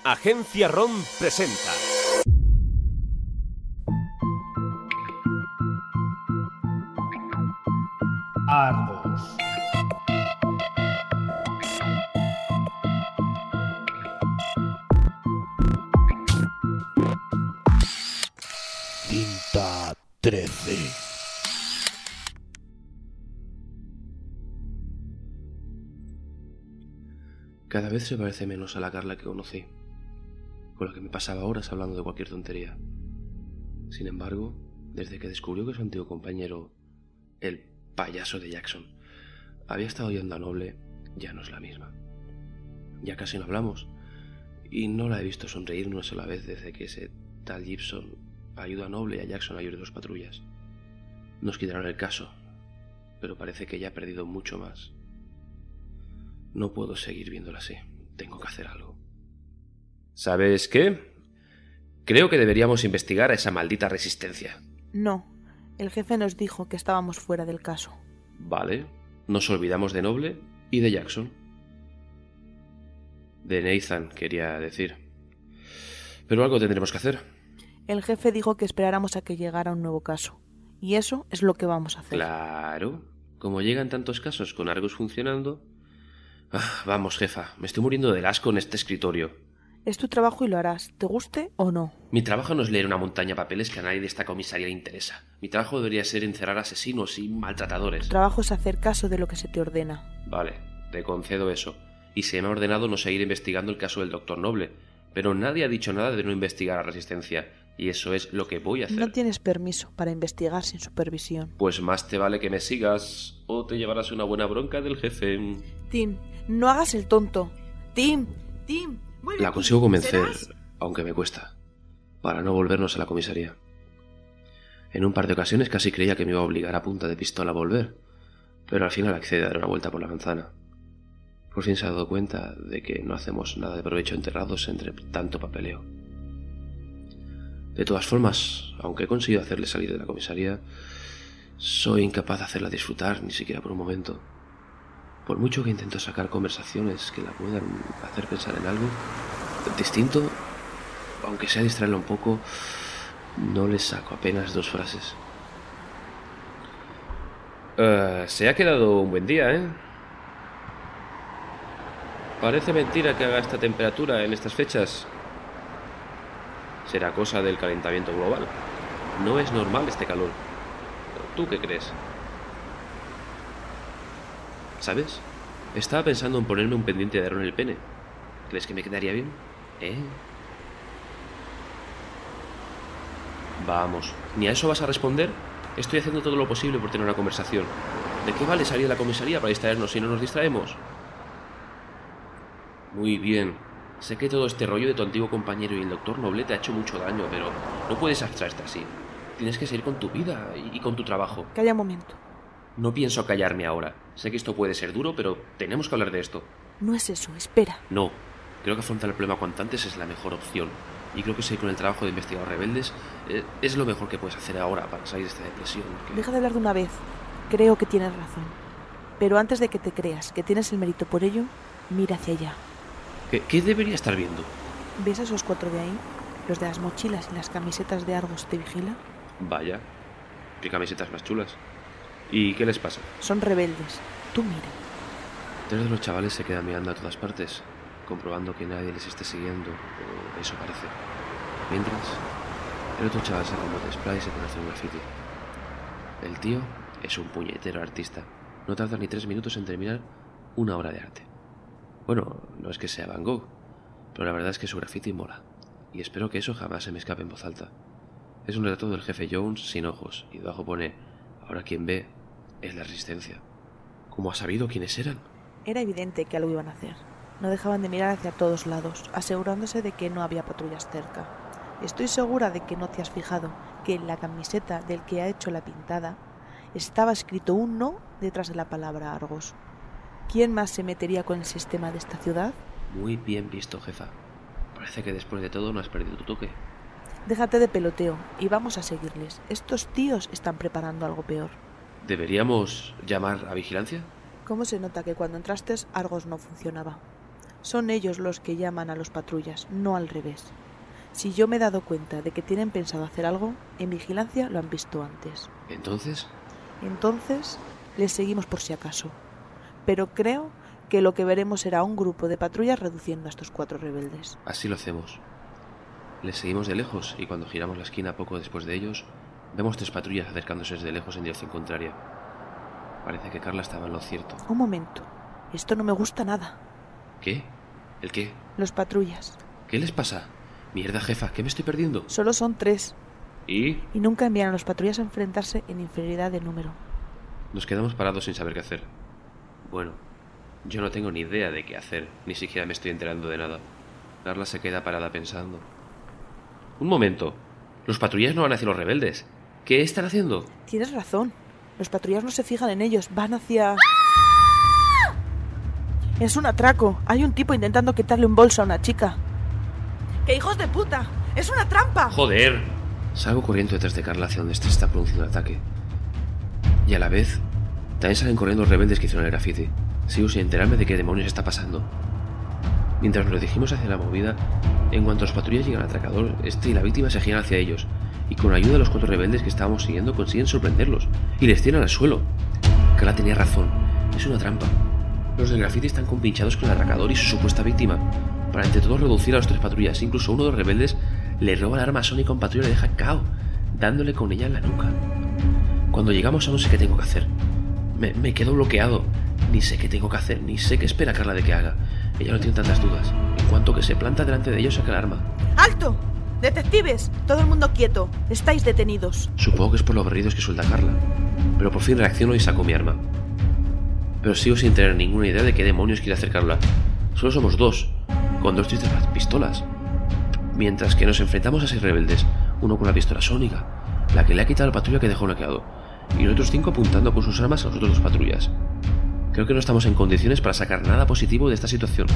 Agencia ROM presenta Argos. Tinta 13. Cada vez se parece menos a la Carla que conocí, con la que me pasaba horas hablando de cualquier tontería. Sin embargo, desde que descubrió que su antiguo compañero, el payaso de Jackson, había estado yendo a Noble, ya no es la misma. Ya casi no hablamos, y no la he visto sonreír una sola vez desde que ese tal Gibson ayudó a Noble y a Jackson a huir de los patrullas. Nos quitaron el caso, pero parece que ya ha perdido mucho más. No puedo seguir viéndola así. Tengo que hacer algo. ¿Sabes qué? Creo que deberíamos investigar a esa maldita resistencia. No, el jefe nos dijo que estábamos fuera del caso. Vale, nos olvidamos de Noble y de Jackson. De Nathan, quería decir. Pero algo tendremos que hacer. El jefe dijo que esperáramos a que llegara un nuevo caso. Y eso es lo que vamos a hacer. Claro. Como llegan tantos casos con Argos funcionando... vamos, jefa, me estoy muriendo del asco en este escritorio. Es tu trabajo y lo harás, te guste o no. Mi trabajo no es leer una montaña de papeles que a nadie de esta comisaría le interesa. Mi trabajo debería ser encerrar asesinos y maltratadores. Tu trabajo es hacer caso de lo que se te ordena. Vale, te concedo eso. Y se me ha ordenado no seguir investigando el caso del Dr. Noble. Pero nadie ha dicho nada de no investigar a Resistencia. Y eso es lo que voy a hacer. No tienes permiso para investigar sin supervisión. Pues más te vale que me sigas o te llevarás una buena bronca del jefe. Tim, no hagas el tonto. Tim, vuelve. La consigo convencer, ¿Serás? aunque me cuesta, para no volvernos a la comisaría. En un par de ocasiones casi creía que me iba a obligar a punta de pistola a volver, pero al final accede a dar una vuelta por la manzana. Por fin se ha dado cuenta de que no hacemos nada de provecho enterrados entre tanto papeleo. De todas formas, aunque he conseguido hacerle salir de la comisaría, soy incapaz de hacerla disfrutar ni siquiera por un momento. Por mucho que intento sacar conversaciones que la puedan hacer pensar en algo distinto, aunque sea distraerla un poco, no le saco apenas 2 frases. Se ha quedado un buen día, ¿eh? Parece mentira que haga esta temperatura en estas fechas. Será cosa del calentamiento global. No es normal este calor. ¿Tú qué crees? ¿Sabes? Estaba pensando en ponerme un pendiente de aro en el pene. ¿Crees que me quedaría bien? Vamos, ¿ni a eso vas a responder? Estoy haciendo todo lo posible por tener una conversación. ¿De qué vale salir de la comisaría para distraernos si no nos distraemos? Muy bien. Sé que todo este rollo de tu antiguo compañero y el Dr. Noble te ha hecho mucho daño, pero no puedes abstraerte así. Tienes que seguir con tu vida y con tu trabajo. Calla un momento. No pienso callarme ahora. Sé que esto puede ser duro, pero tenemos que hablar de esto. No es eso, espera. No. Creo que afrontar el problema cuanto antes es la mejor opción. Y creo que seguir con el trabajo de investigadores rebeldes es lo mejor que puedes hacer ahora para salir de esta depresión. Deja de hablar de una vez. Creo que tienes razón. Pero antes de que te creas que tienes el mérito por ello, mira hacia allá. ¿Qué debería estar viendo? ¿Ves a esos 4 de ahí? ¿Los de las mochilas y las camisetas de Argos te vigilan? Vaya. ¿Qué camisetas más chulas? ¿Y qué les pasa? Son rebeldes. Tú mira. 3 de los chavales se quedan mirando a todas partes, comprobando que nadie les esté siguiendo, o eso parece. Mientras, el otro chaval saca un bote de spray y se pone a hacer un graffiti. El tío es un puñetero artista. No tarda ni 3 minutos en terminar una obra de arte. Bueno, no es que sea Van Gogh, pero la verdad es que su graffiti mola. Y espero que eso jamás se me escape en voz alta. Es un retrato del jefe Jones sin ojos, y debajo pone: ahora quien ve es la resistencia. ¿Cómo ha sabido quiénes eran? Era evidente que algo iban a hacer. No dejaban de mirar hacia todos lados, asegurándose de que no había patrullas cerca. Estoy segura de que no te has fijado que en la camiseta del que ha hecho la pintada estaba escrito un no detrás de la palabra Argos. ¿Quién más se metería con el sistema de esta ciudad? Muy bien visto, jefa. Parece que después de todo no has perdido tu toque. Déjate de peloteo y vamos a seguirles. Estos tíos están preparando algo peor. ¿Deberíamos llamar a vigilancia? ¿Cómo se nota que cuando entraste Argos no funcionaba? Son ellos los que llaman a los patrullas, no al revés. Si yo me he dado cuenta de que tienen pensado hacer algo, en vigilancia lo han visto antes. ¿Entonces? Entonces, les seguimos por si acaso. Pero creo que lo que veremos será un grupo de patrullas reduciendo a estos 4 rebeldes. Así lo hacemos. Les seguimos de lejos y cuando giramos la esquina poco después de ellos, vemos 3 patrullas acercándose desde lejos en dirección contraria. Parece que Carla estaba en lo cierto. Un momento. Esto no me gusta nada. ¿Qué? ¿El qué? Los patrullas. ¿Qué les pasa? Mierda, jefa, ¿qué me estoy perdiendo? Solo son 3. ¿Y? Y nunca envían a los patrullas a enfrentarse en inferioridad de número. Nos quedamos parados sin saber qué hacer. Bueno, yo no tengo ni idea de qué hacer, ni siquiera me estoy enterando de nada. Carla se queda parada pensando. Un momento. Los patrullas no van hacia los rebeldes. ¿Qué están haciendo? Tienes razón. Los patrullas no se fijan en ellos, van hacia... Es un atraco. Hay un tipo intentando quitarle un bolso a una chica. ¡Qué hijos de puta! ¡Es una trampa! ¡Joder! Salgo corriendo detrás de Carla hacia donde se está produciendo el ataque. Y a la vez, también salen corriendo los rebeldes que hicieron el graffiti. Sigo sin enterarme de qué demonios está pasando. Mientras nos dirigimos hacia la movida, en cuanto los patrullas llegan al atracador, este y la víctima se giran hacia ellos, y con ayuda de los 4 rebeldes que estábamos siguiendo consiguen sorprenderlos, y les tiran al suelo. Carla tenía razón, es una trampa. Los del graffiti están compinchados con el atracador y su supuesta víctima, para entre todos reducir a los 3 patrullas. Incluso uno de los rebeldes le roba el arma sónica a un patrulla y le deja cao, dándole con ella en la nuca. Cuando llegamos aún no sé qué tengo que hacer. Me quedo bloqueado. Ni sé qué tengo que hacer, ni sé qué espera Carla de que haga. Ella no tiene tantas dudas. En cuanto que se planta delante de ellos, saca el arma. ¡Alto! ¡Detectives! Todo el mundo quieto. Estáis detenidos. Supongo que es por lo aburridos que suelta Carla. Pero por fin reacciono y saco mi arma. Pero sigo sin tener ninguna idea de qué demonios quiere hacer Carla. Solo somos 2, con 2 tristes pistolas. Mientras que nos enfrentamos a 6 rebeldes, uno con la pistola sónica, la que le ha quitado al patrulla que dejó noqueado, y los otros 5 apuntando con sus armas a los otros 2 patrullas. Creo que no estamos en condiciones para sacar nada positivo de esta situación.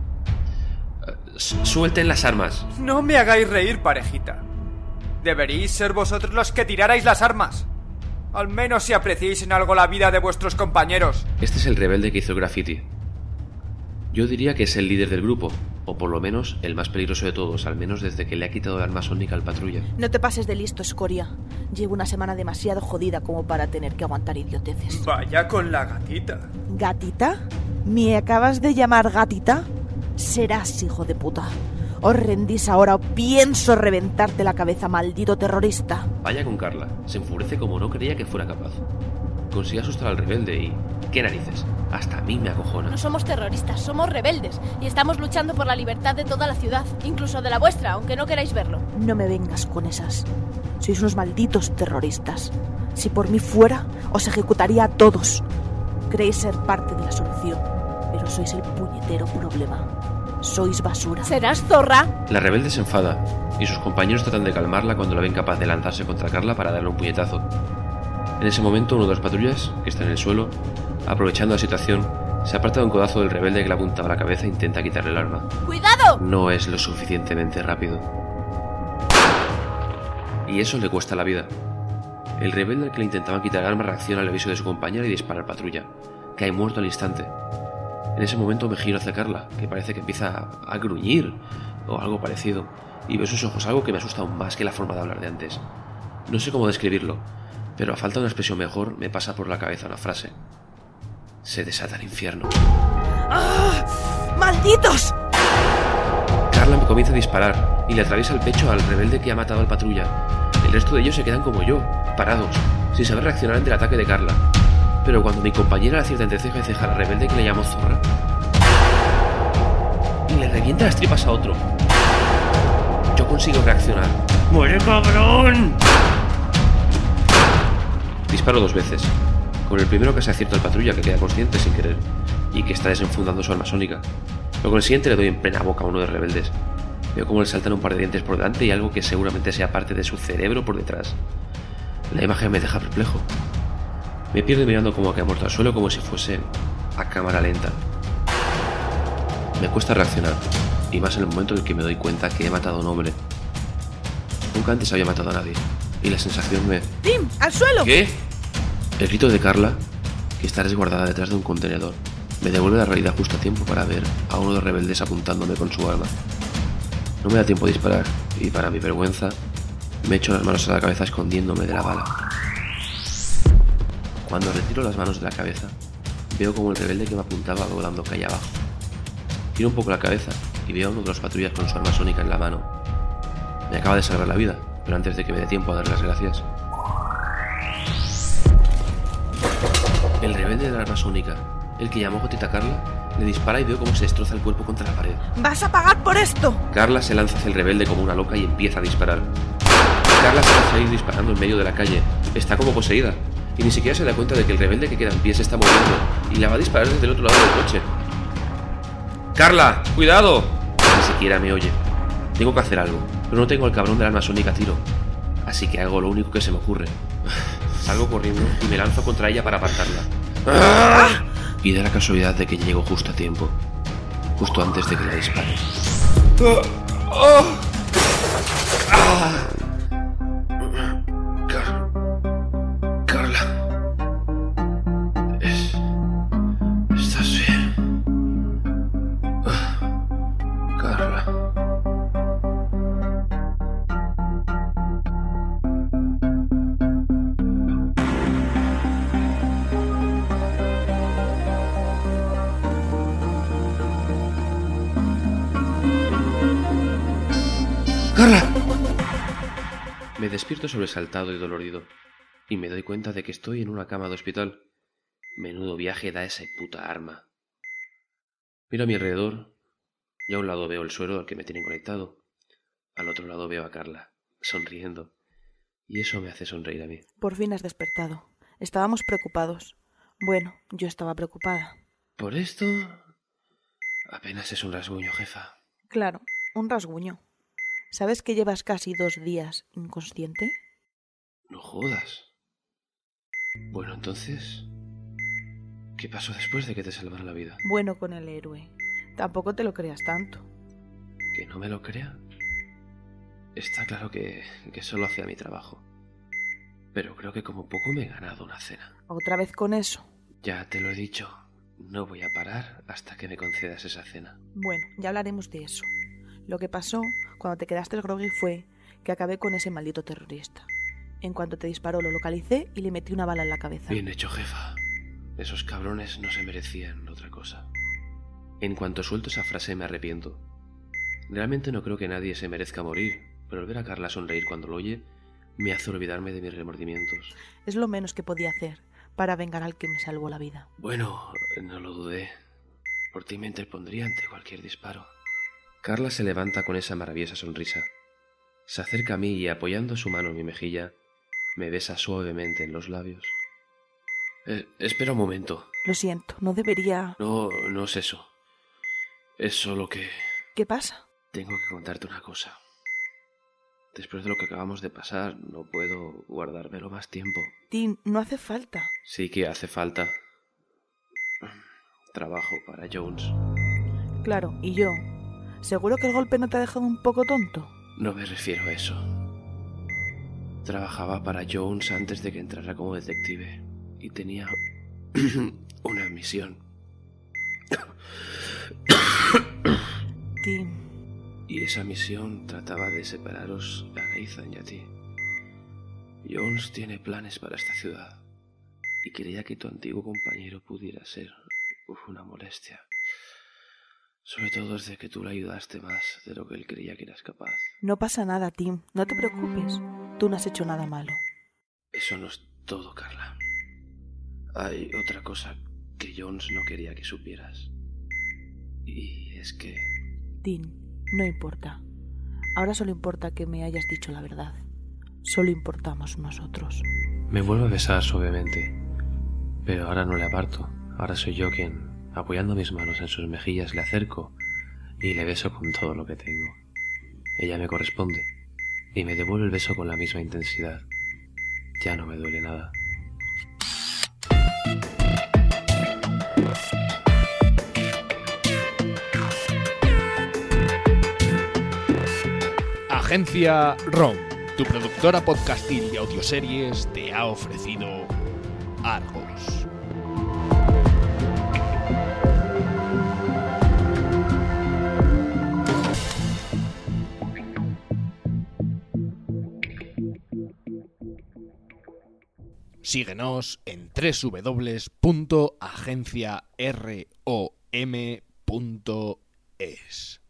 Suelten las armas. No me hagáis reír, parejita. Deberíais ser vosotros los que tirarais las armas. Al menos si apreciáis en algo la vida de vuestros compañeros. Este es el rebelde que hizo el graffiti. Yo diría que es el líder del grupo, o por lo menos el más peligroso de todos, al menos desde que le ha quitado el arma sónica al patrulla. No te pases de listo, escoria. Llevo una semana demasiado jodida como para tener que aguantar idioteces. Vaya con la gatita. ¿Gatita? ¿Me acabas de llamar gatita? Serás hijo de puta. Os rendís ahora o pienso reventarte la cabeza, maldito terrorista. Vaya con Carla, se enfurece como no creía que fuera capaz. Consigue asustar al rebelde y... ¿qué narices? Hasta a mí me acojona. No somos terroristas, somos rebeldes y estamos luchando por la libertad de toda la ciudad, incluso de la vuestra, aunque no queráis verlo. No me vengas con esas. Sois unos malditos terroristas. Si por mí fuera, os ejecutaría a todos. Creéis ser parte de la solución, pero sois el puñetero problema. Sois basura. ¿Serás zorra? La rebelde se enfada y sus compañeros tratan de calmarla cuando la ven capaz de lanzarse contra Carla para darle un puñetazo. En ese momento, uno de los patrullas, que está en el suelo, aprovechando la situación, se aparta de un codazo del rebelde que le apuntaba a la cabeza e intenta quitarle el arma. ¡Cuidado! No es lo suficientemente rápido. Y eso le cuesta la vida. El rebelde al que le intentaban quitar el arma reacciona al aviso de su compañera y dispara al patrulla. Cae muerto al instante. En ese momento me giro hacia Carla, que parece que empieza a gruñir o algo parecido, y veo sus ojos, algo que me asusta aún más que la forma de hablar de antes. No sé cómo describirlo, pero a falta de una expresión mejor me pasa por la cabeza una frase. Se desata el infierno. ¡Ah! ¡Malditos! Carla me comienza a disparar y le atraviesa el pecho al rebelde que ha matado al patrulla. El resto de ellos se quedan como yo, parados, sin saber reaccionar ante el ataque de Carla. Pero cuando mi compañera le acierta entre ceja y ceja a la rebelde que le llamó zorra, y le revienta las tripas a otro, yo consigo reaccionar. ¡Muere, cabrón! Disparo 2 veces. Con el primero que se acierta al patrulla, que queda consciente sin querer y que está desenfundando su arma sónica. Pero con el siguiente le doy en plena boca a uno de los rebeldes. Veo cómo le saltan un par de dientes por delante y algo que seguramente sea parte de su cerebro por detrás. La imagen me deja perplejo. Me pierdo mirando cómo cae muerto al suelo como si fuese a cámara lenta. Me cuesta reaccionar, y más en el momento en el que me doy cuenta que he matado a un hombre. Nunca antes había matado a nadie, y la sensación me... ¡Tim! ¡Al suelo! ¿Qué? El grito de Carla, que está resguardada detrás de un contenedor. Me devuelve la realidad justo a tiempo para ver a uno de los rebeldes apuntándome con su arma. No me da tiempo de disparar y, para mi vergüenza, me echo las manos a la cabeza escondiéndome de la bala. Cuando retiro las manos de la cabeza, veo como el rebelde que me apuntaba va volando calle abajo. Giro un poco la cabeza y veo a uno de los patrullas con su arma sónica en la mano. Me acaba de salvar la vida, pero antes de que me dé tiempo a darle las gracias, el rebelde de la arma sónica, el que llamó Gotita Carla, le dispara y veo cómo se destroza el cuerpo contra la pared. ¡Vas a pagar por esto! Carla se lanza hacia el rebelde como una loca y empieza a disparar. Carla se va a seguir disparando en medio de la calle. Está como poseída y ni siquiera se da cuenta de que el rebelde que queda en pie se está moviendo y la va a disparar desde el otro lado del coche. ¡Carla! ¡Cuidado! Ni siquiera me oye. Tengo que hacer algo, pero no tengo al cabrón del arma sónica a tiro. Así que hago lo único que se me ocurre. Salgo corriendo y me lanzo contra ella para apartarla. ¡Ah! Y da la casualidad de que llego justo a tiempo, justo antes de que la dispare. Carla, ¿estás bien? Carla. ¡Carla! Me despierto sobresaltado y dolorido, y me doy cuenta de que estoy en una cama de hospital. Menudo viaje da esa puta arma. Miro a mi alrededor, y a un lado veo el suero al que me tienen conectado. Al otro lado veo a Carla, sonriendo, y eso me hace sonreír a mí. Por fin has despertado. Estábamos preocupados. Bueno, yo estaba preocupada. Por esto... apenas es un rasguño, jefa. Claro, un rasguño. ¿Sabes que llevas casi 2 días inconsciente? No jodas. Bueno, entonces... ¿qué pasó después de que te salvara la vida? Bueno, con el héroe. Tampoco te lo creas tanto. ¿Que no me lo crea? Está claro que solo hacía mi trabajo. Pero creo que como poco me he ganado una cena. ¿Otra vez con eso? Ya te lo he dicho. No voy a parar hasta que me concedas esa cena. Bueno, ya hablaremos de eso. Lo que pasó cuando te quedaste groggy fue que acabé con ese maldito terrorista. En cuanto te disparó lo localicé y le metí una bala en la cabeza. Bien hecho, jefa. Esos cabrones no se merecían otra cosa. En cuanto suelto esa frase me arrepiento. Realmente no creo que nadie se merezca morir, pero al ver a Carla sonreír cuando lo oye, me hace olvidarme de mis remordimientos. Es lo menos que podía hacer para vengar al que me salvó la vida. Bueno, no lo dudé. Por ti me interpondría ante cualquier disparo. Carla se levanta con esa maravillosa sonrisa. Se acerca a mí y, apoyando su mano en mi mejilla, me besa suavemente en los labios. Espera un momento. Lo siento, no debería... No es eso. Es solo que... ¿Qué pasa? Tengo que contarte una cosa. Después de lo que acabamos de pasar, no puedo guardármelo más tiempo. Tim, no hace falta. Sí que hace falta. Trabajo para Jones. Claro, ¿y yo? ¿Seguro que el golpe no te ha dejado un poco tonto? No me refiero a eso. Trabajaba para Jones antes de que entrara como detective y tenía una misión. Tim. Y esa misión trataba de separaros a Nathan y a ti. Jones tiene planes para esta ciudad y quería que tu antiguo compañero pudiera ser una molestia. Sobre todo desde que tú le ayudaste más de lo que él creía que eras capaz. No pasa nada, Tim. No te preocupes. Tú no has hecho nada malo. Eso no es todo, Carla. Hay otra cosa que Jones no quería que supieras. Y es que... Tim, no importa. Ahora solo importa que me hayas dicho la verdad. Solo importamos nosotros. Me vuelve a besar suavemente, pero ahora no le aparto. Ahora soy yo quien, apoyando mis manos en sus mejillas, le acerco y le beso con todo lo que tengo. Ella me corresponde y me devuelve el beso con la misma intensidad. Ya no me duele nada. Agencia ROM, tu productora podcastil de audioseries, te ha ofrecido Argos. Síguenos en www.agenciarom.es.